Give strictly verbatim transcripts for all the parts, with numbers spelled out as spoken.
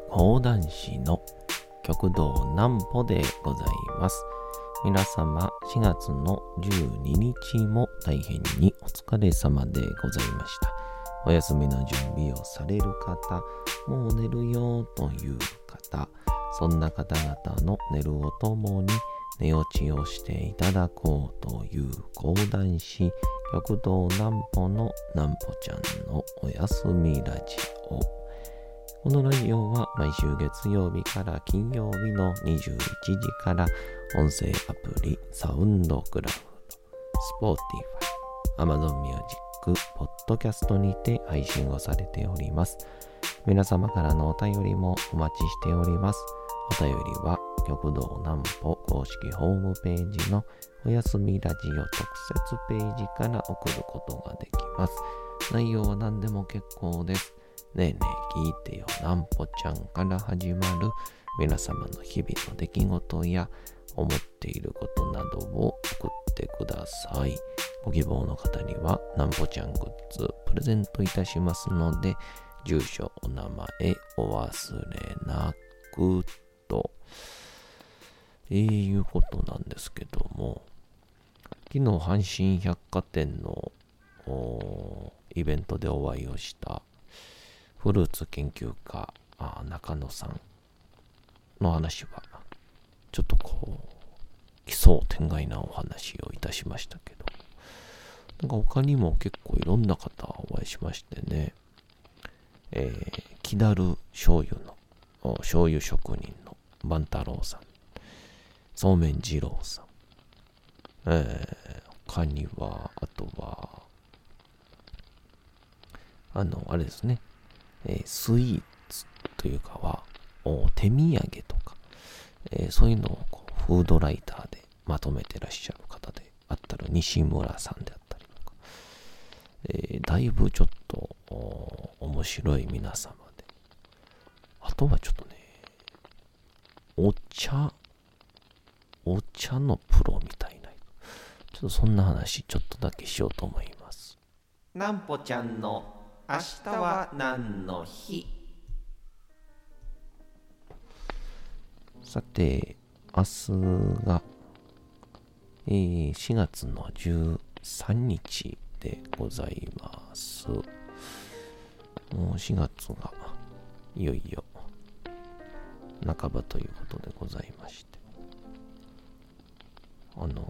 講談師の極道南歩でございます。皆様しがつのじゅうににちも大変にお疲れ様でございました。お休みの準備をされる方、もう寝るよという方、そんな方々の寝るをともに寝落ちをしていただこうという講談師極道南歩の南歩ちゃんのおやすみラジオ。このラジオは毎週月曜日から金曜日のにじゅういちじから音声アプリサウンドクラウド、スポーティファイ、Amazon Music、ポッドキャストにて配信をされております。皆様からのお便りもお待ちしております。お便りは極道南歩公式ホームページのおやすみラジオ特設ページから送ることができます。内容は何でも結構です。ねえねえ聞いてよ南歩ちゃんから始まる皆様の日々の出来事や思っていることなどを送ってください。ご希望の方には南歩ちゃんグッズプレゼントいたしますので、住所お名前お忘れなくと、えー、いうことなんですけども、昨日阪神百貨店のイベントでお会いをしたフルーツ研究家中野さんの話はちょっとこう奇想天外なお話をいたしましたけど、なんか他にも結構いろんな方お会いしましてね、えー、木だる醤油の醤油職人の万太郎さん、そうめん二郎さん、えー、他にはあとはあのあれですね、えー、スイーツというかは手土産とか、えー、そういうのをこうフードライターでまとめてらっしゃる方であったら西村さんであったりとか、えー、だいぶちょっと面白い皆様で、あとはちょっとね、お茶お茶のプロみたいな、ちょっとそんな話ちょっとだけしようと思います。南歩ちゃんの明日は何の日。さて、明日が、えー、しがつのじゅうさんにちでございます。もうしがつがいよいよ半ばということでございまして、あのー、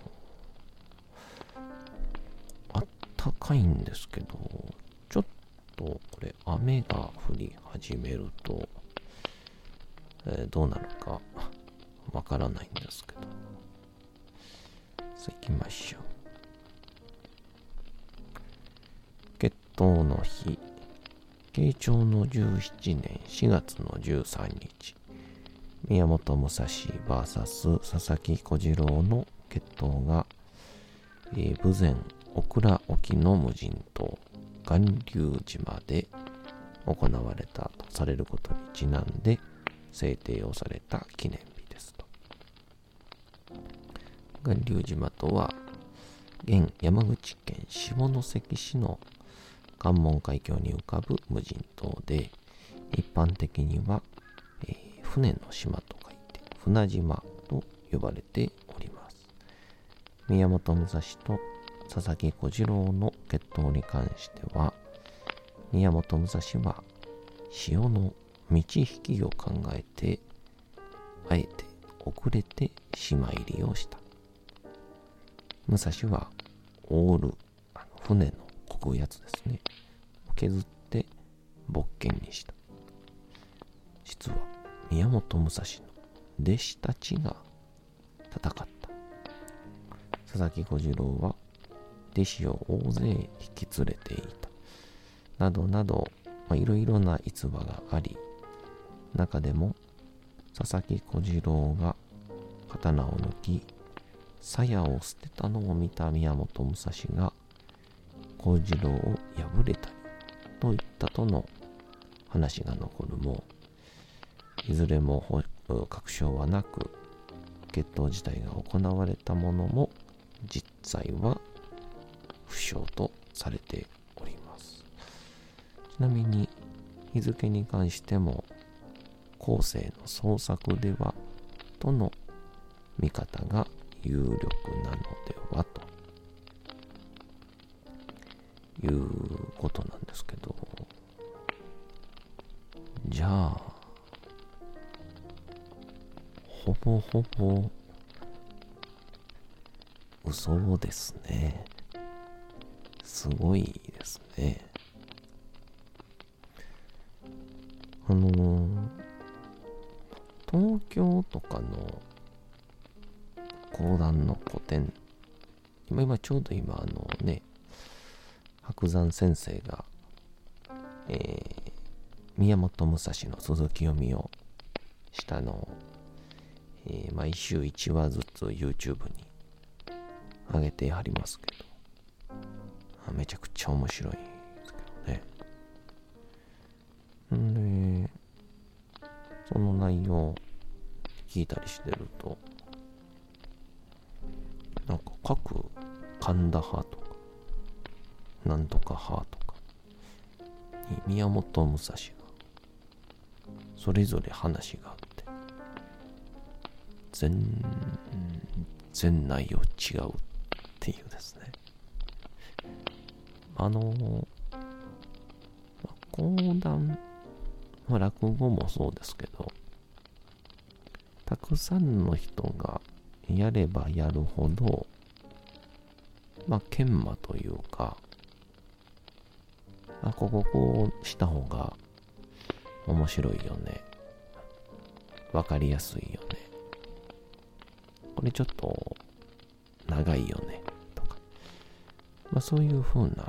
あったかいんですけど、ちょっとこれ雨が降り始めると、えー、どうなるかわからないんですけど、さあ行きましょう。決闘の日、慶長のじゅうしちねんしがつのじゅうさんにち、宮本武蔵 ブイエス 佐々木小次郎の決闘が、えー、豊前小倉沖の無人島巌流島で行われたとされることにちなんで制定をされた記念日ですと。巌流島とは現山口県下関市の関門海峡に浮かぶ無人島で、一般的には、えー、船の島と書いて船島と呼ばれております。宮本武蔵と佐々木小次郎の決闘に関しては、宮本武蔵は潮の満ち引きを考えてあえて遅れて島入りをした。武蔵はオール、あの船の漕ぐやつですね、削って勃剣にした。実は宮本武蔵の弟子たちが戦った。佐々木小次郎は弟子を大勢引き連れていた。などなど、いろいろな逸話があり、中でも佐々木小次郎が刀を抜き鞘を捨てたのを見た宮本武蔵が小次郎を破れたりといったとの話が残るも、いずれも確証はなく、決闘自体が行われたものも実際は不詳とされております。ちなみに日付に関しても後世の創作ではとの見方が有力なのではということなんですけど、じゃあほぼほぼ嘘ですね。すごいですね。あのー、東京とかの講談の古典、今今ちょうど今あのね、白山先生が、えー、宮本武蔵の続き読みをしたのを、えー、毎週いちわずつ YouTube に上げてはりますけど、めちゃくちゃ面白いですけどね。んで、その内容を聞いたりしてると、なんか各神田派とか、なんとか派とかに宮本武蔵がそれぞれ話があって、全然内容違うっていうですね。あの講談、まあ、落語もそうですけど、たくさんの人がやればやるほど、まあ研磨というか、あ、こここうした方が面白いよね、わかりやすいよね、これちょっと長いよねとか、まあそういう風な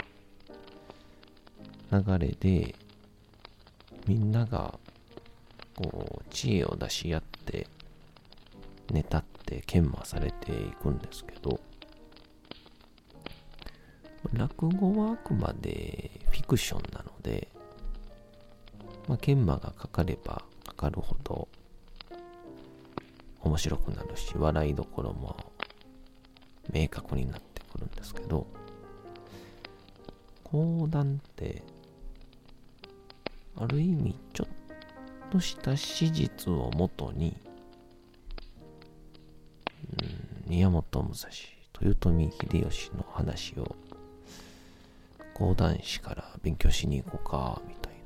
流れでみんながこう知恵を出し合ってネタって研磨されていくんですけど、落語はあくまでフィクションなので、まあ、研磨がかかればかかるほど面白くなるし、笑いどころも明確になってくるんですけど、講談ってある意味ちょっとした史実をもとに、うん、宮本武蔵、豊臣秀吉の話を講談師から勉強しに行こうかみたいな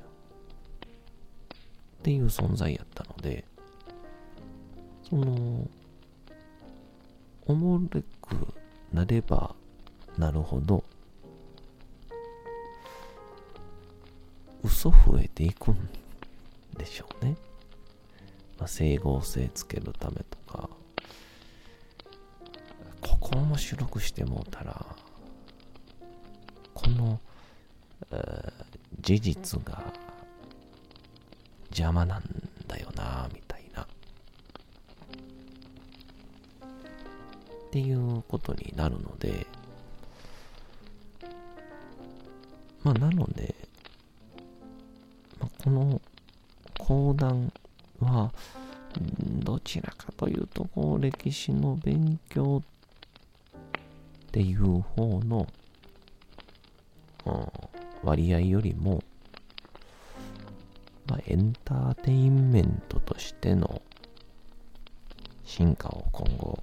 っていう存在やったので、そのおもろくなればなるほど嘘増えていくんでしょうね。まあ、整合性つけるためとか、ここ面白くしてもうたらこの、えー、事実が邪魔なんだよなみたいなっていうことになるので、まあなので、まあ、この講談はどちらかというとこう歴史の勉強っていう方の、うん、割合よりも、まあ、エンターテインメントとしての進化を今後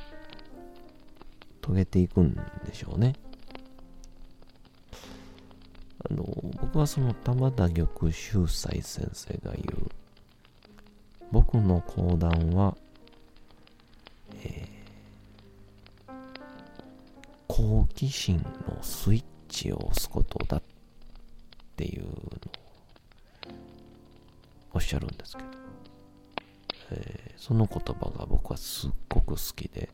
遂げていくんでしょうね。あの僕はその玉田玉秀斎先生が言う、僕の講談は、えー、好奇心のスイッチを押すことだっていうのをおっしゃるんですけど、えー、その言葉が僕はすっごく好きで、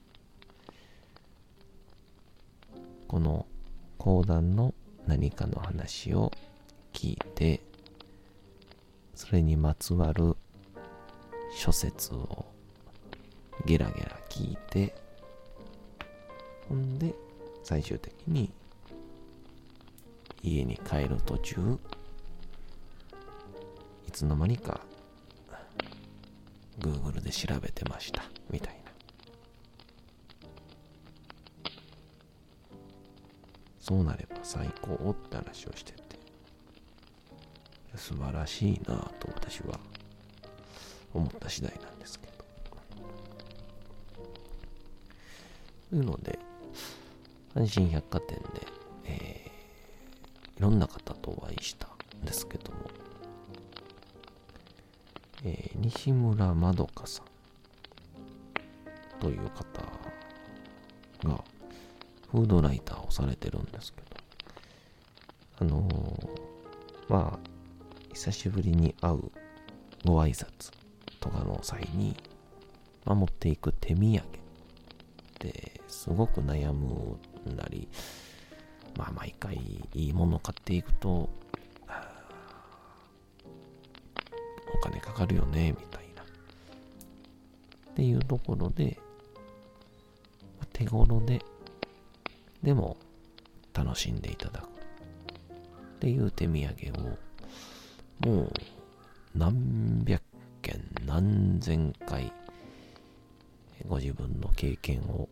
この講談の何かの話を聞いて、それにまつわる諸説をゲラゲラ聞いて、ほんで最終的に家に帰る途中、いつの間にか Google で調べてましたみたいな、そうなれば最高って話をしてて、素晴らしいなぁと私は思った次第なんですけど。というので、阪神百貨店で、えー、いろんな方とお会いしたんですけども、えー、西村まどかさんという方がフードライターをされてるんですけど、あのー、まあ久しぶりに会うご挨拶とかの際に、まあ、持っていく手土産ですごく悩むなり、まあ毎回いいもの買っていくとお金かかるよねみたいなっていうところで、手頃ででも楽しんでいただくっていう手土産をもう何百件何千回ご自分の経験を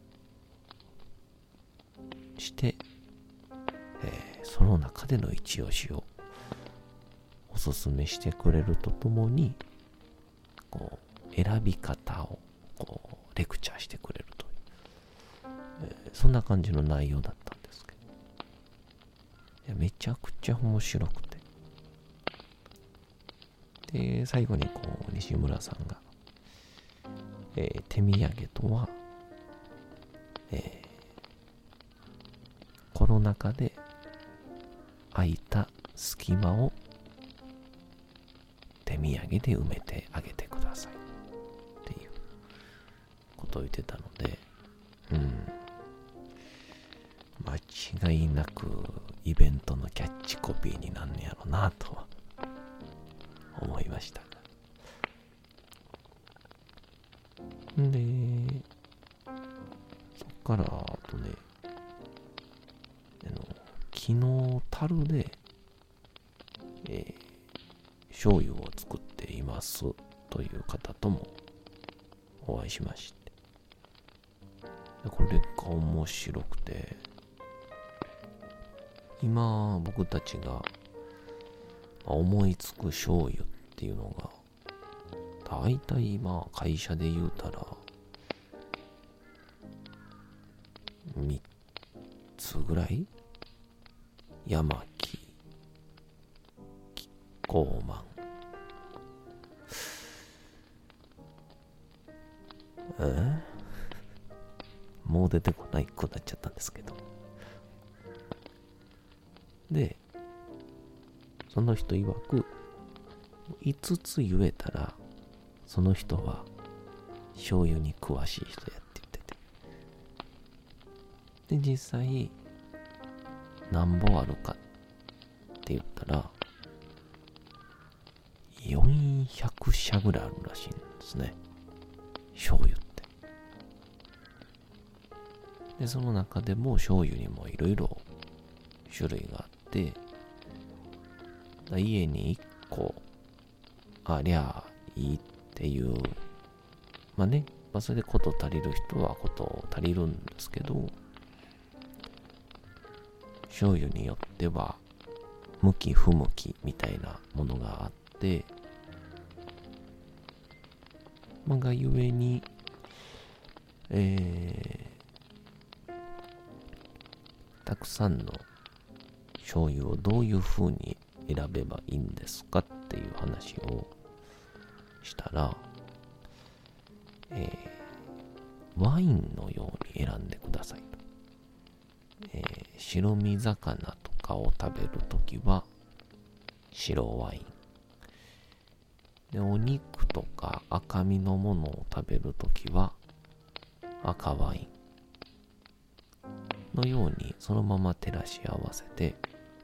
して、えー、その中での一押しをおすすめしてくれるとともに、こう選び方をこうレクチャーしてくれるという、えー、そんな感じの内容だったんですけど、いやめちゃくちゃ面白くて、で最後にこう西村さんが、えー、手土産とは、えーコロナ禍で空いた隙間を手土産で埋めてあげてくださいっていうことを言ってたので、うん、間違いなくイベントのキャッチコピーになんねやろなとは思いました。で、そっからあとね、昨日樽で、えー、醤油を作っていますという方ともお会いしまして、これが面白くて、今僕たちが思いつく醤油っていうのが大体まあ会社で言うたらみっつぐらい、ヤマキ、キッコーマン、えもう出てこないくなっちゃったんですけど、でその人曰くいつつ言えたらその人は醤油に詳しい人やって言ってて、で実際何本あるかって言ったらよんひゃくしゃぐらいあるらしいんですね、醤油って。でその中でも醤油にもいろいろ種類があって、家にいっこありゃいいっていう、まあね、まあそれでこと足りる人はこと足りるんですけど、醤油によっては向き不向きみたいなものがあって、まあがゆえに、えー、たくさんの醤油をどういう風に選べばいいんですかっていう話をしたら、えー、ワインのように選んでくださいと。えー、白身魚とかを食べるときは白ワインで、お肉とか赤身のものを食べるときは赤ワインのようにそのまま照らし合わせて、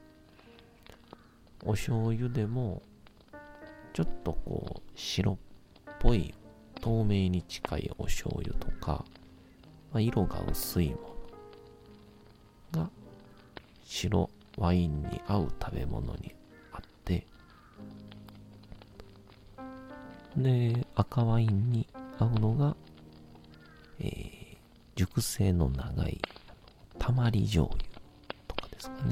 お醤油でもちょっとこう白っぽい透明に近いお醤油とか、まあ、色が薄いものが白ワインに合う食べ物にあって、で赤ワインに合うのが、えー、熟成の長いたまり醤油とかですかね。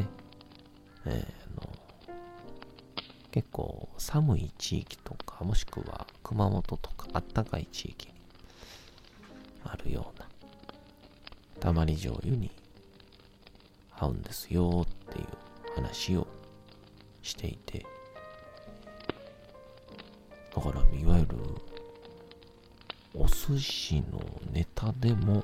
えー、あの結構寒い地域とかもしくは熊本とかあったかい地域にあるようなたまり醤油に合うんですよっていう話をしていて、だからいわゆるお寿司のネタでも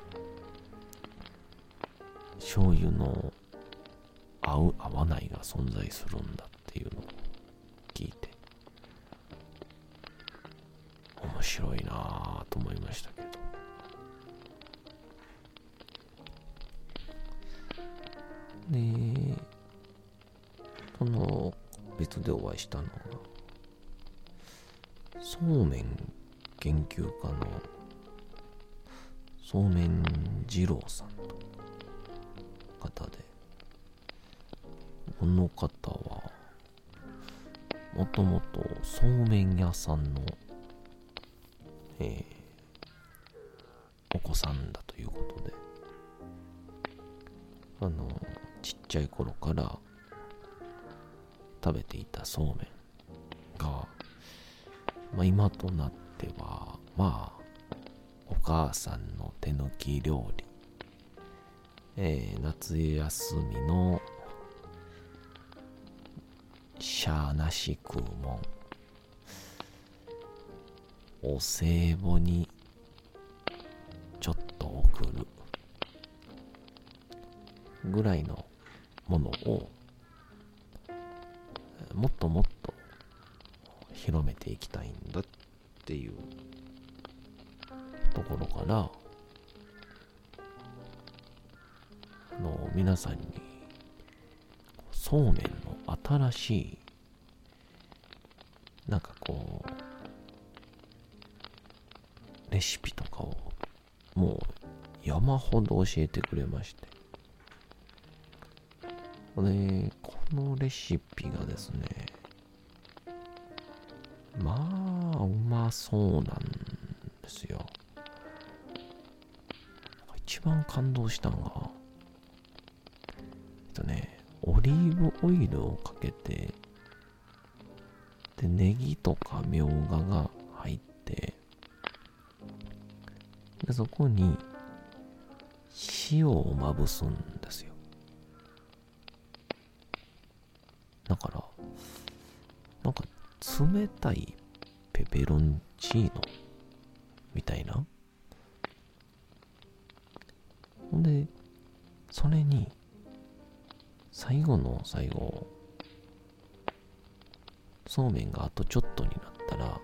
醤油の合う合わないが存在するんだっていうのを聞いて面白いなぁと思いましたけど、でその別でお会いしたのがそうめん研究家のそうめん二郎さんという方で、この方はもともとそうめん屋さんの、えー、お子さんだということで、あのちっちゃい頃から食べていたそうめんが、まあ、今となってはまあお母さんの手抜き料理、えー、夏休みのしゃーなし食うもん、お歳暮にちょっと送るぐらいのものをもっともっと広めていきたいんだっていうところから、あの皆さんにそうめんの新しいなんかこうレシピとかをもう山ほど教えてくれまして、でこのレシピがですね、まあうまそうなんですよ。一番感動したのが、えっとね、オリーブオイルをかけて、でネギとかみょうがが入って、でそこに塩をまぶすんですよ。だからなんか冷たいペペロンチーノみたいな。ほんでそれに最後の最後、そうめんがあとちょっとになったら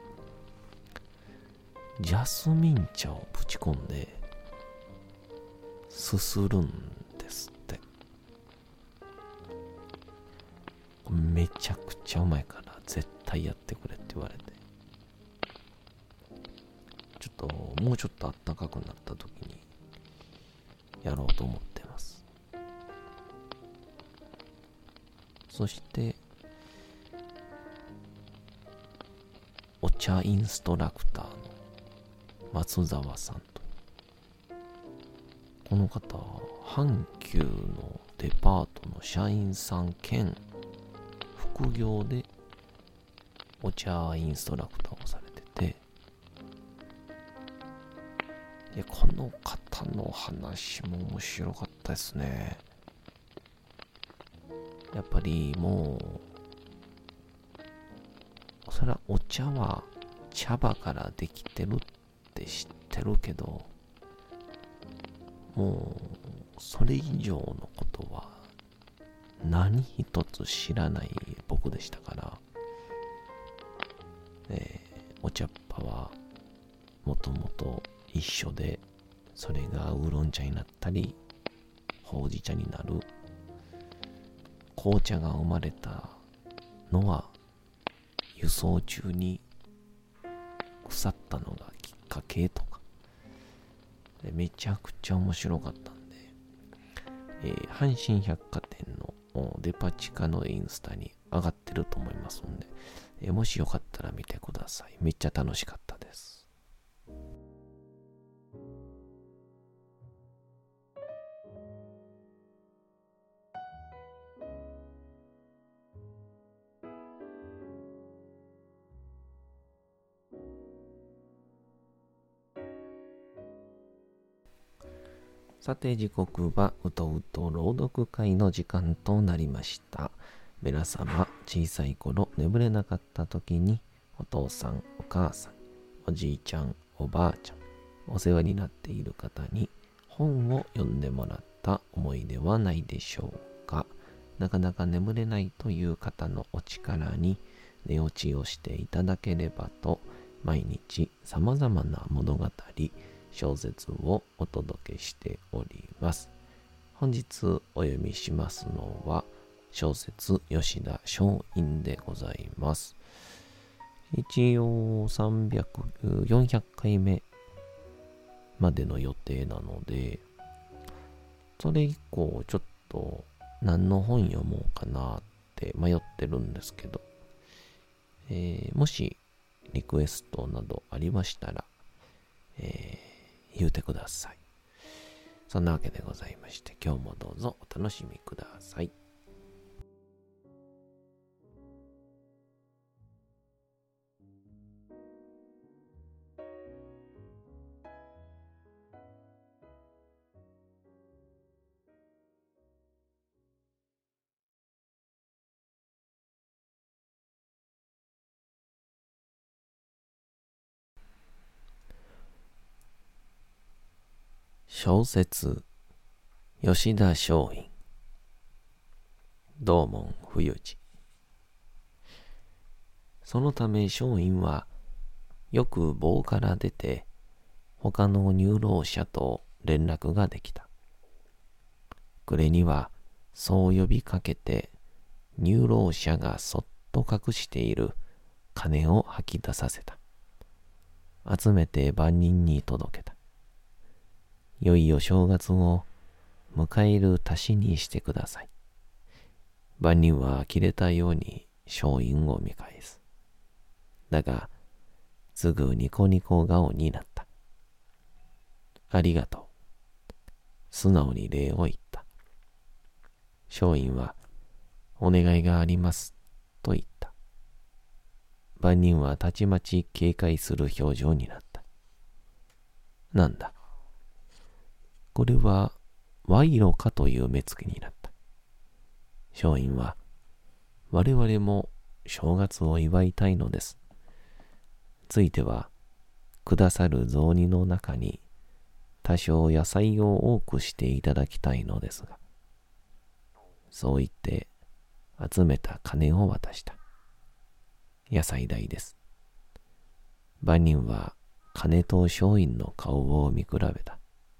ジャスミン茶をぶち込んですするんですって。めちゃくちゃうまいから絶対やってくれって言われて、ちょっともうちょっとあったかくなった時にやろうと思ってます。そしてお茶インストラクターの松沢さんと、この方は阪急のデパートの社員さん兼副業でお茶インストラクターをされてて、でこの方の話も面白かったですね。やっぱりもうそれはお茶は茶葉からできてるって知ってるけど、もうそれ以上のことは何一つ知らない僕でしたから、えー、お茶っ葉はもともと一緒で、それがウーロン茶になったりほうじ茶になる、紅茶が生まれたのは輸送中に腐ったのがきっかけとかで、めちゃくちゃ面白かったんで、えー、阪神百貨店のデパ地下のインスタに上がってると思いますので、えー、もしよかったら見てください。めっちゃ楽しかったです。 さて時刻はうとうと朗読会の時間となりました。皆様、小さい頃眠れなかった時にお父さん、お母さん、おじいちゃん、おばあちゃん、お世話になっている方に本を読んでもらった思い出はないでしょうか。なかなか眠れないという方のお力に寝落ちをしていただければと、毎日様々な物語、小説をお届けしております。本日お読みしますのは小説吉田松陰でございます。一応さんびゃく、よんひゃっかいめまでの予定なので、それ以降ちょっと何の本読もうかなって迷ってるんですけど、えー、もしリクエストなどありましたら、えー言うてください。そんなわけでございまして、今日もどうぞお楽しみください。小説吉田松陰、道門冬治。そのため松陰はよく坊から出て他の入老者と連絡ができた。暮れにはそう呼びかけて入老者がそっと隠している金を吐き出させた。集めて万人に届けた。いよいよ正月を迎える足しにしてください。万人は呆れたように松陰を見返す。だが、すぐニコニコ顔になった。ありがとう。素直に礼を言った。松陰は、お願いがあります、と言った。万人はたちまち警戒する表情になった。なんだ。これは賄賂かという目つきになった。松陰は、我々も正月を祝いたいのです。ついては、くださる雑煮の中に多少野菜を多くしていただきたいのですが。そう言って集めた金を渡した。野菜代です。万人は金と松陰の顔を見比べた。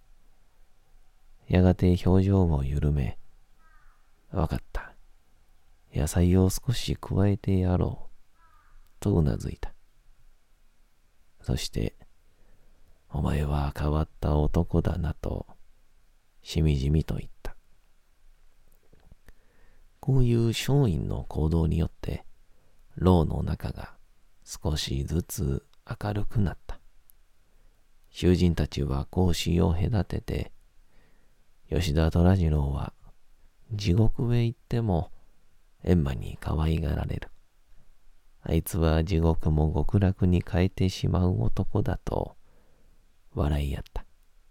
やがて表情を緩め、わかった。野菜を少し加えてやろう、とうなずいた。そして、お前は変わった男だなと、しみじみと言った。こういう松陰の行動によって、牢の中が少しずつ明るくなった。囚人たちは格子を隔てて、吉田虎次郎は地獄へ行っても閻魔に可愛がられる。あいつは地獄も極楽に変えてしまう男だと笑い合った。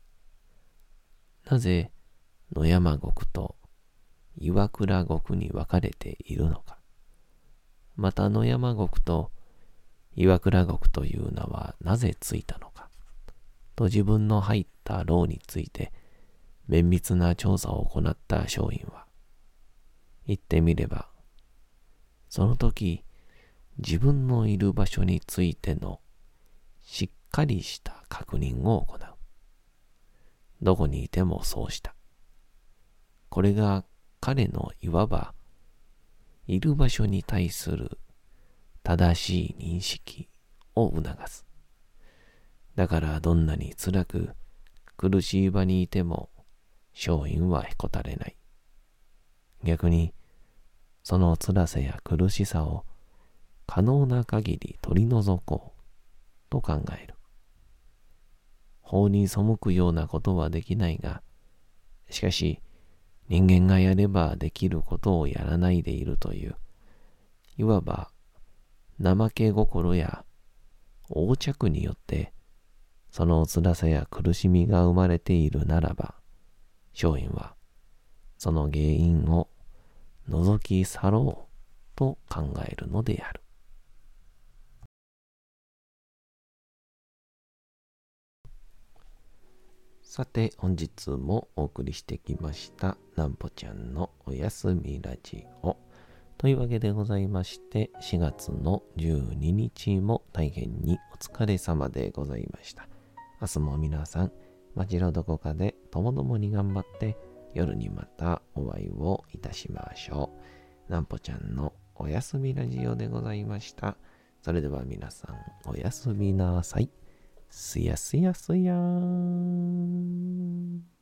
なぜ野山獄と岩倉獄に分かれているのか。また野山獄と岩倉獄という名はなぜついたのか。と自分の入った牢について綿密な調査を行った松陰は、言ってみれば、その時自分のいる場所についてのしっかりした確認を行う。どこにいてもそうした。これが彼のいわばいる場所に対する正しい認識を促す。だからどんなに辛く苦しい場にいても松陰はへこたれない。逆にその辛さや苦しさを可能な限り取り除こうと考える。法に背くようなことはできないが、しかし人間がやればできることをやらないでいるという、いわば怠け心や横着によってその辛さや苦しみが生まれているならば、 聖院はその原因を除き去ろうと考えるのである。さて、本日もお送りしてきましたなんぽちゃんのおやすみラジオというわけでございまして、しがつのじゅうににちも大変にお疲れ様でございました。明日も皆さん街のどこかでともどもに頑張って夜にまたお会いをいたしましょう。なんぽちゃんのおやすみラジオでございました。それでは皆さんおやすみなさい。すやすやすやーん。